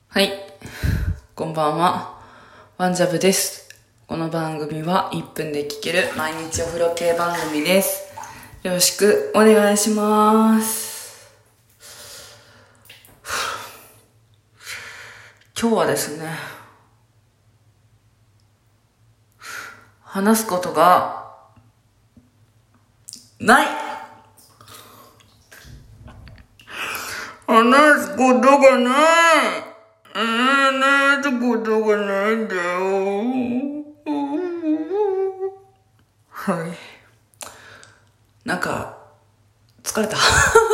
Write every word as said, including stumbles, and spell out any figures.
はい。こんばんは。ワンジャブです。この番組はいっぷんで聴ける毎日お風呂系番組です。よろしくお願いします。今日はですね、話すことがない。話すことがない。話すことがないんだよ。はい。なんか、疲れた。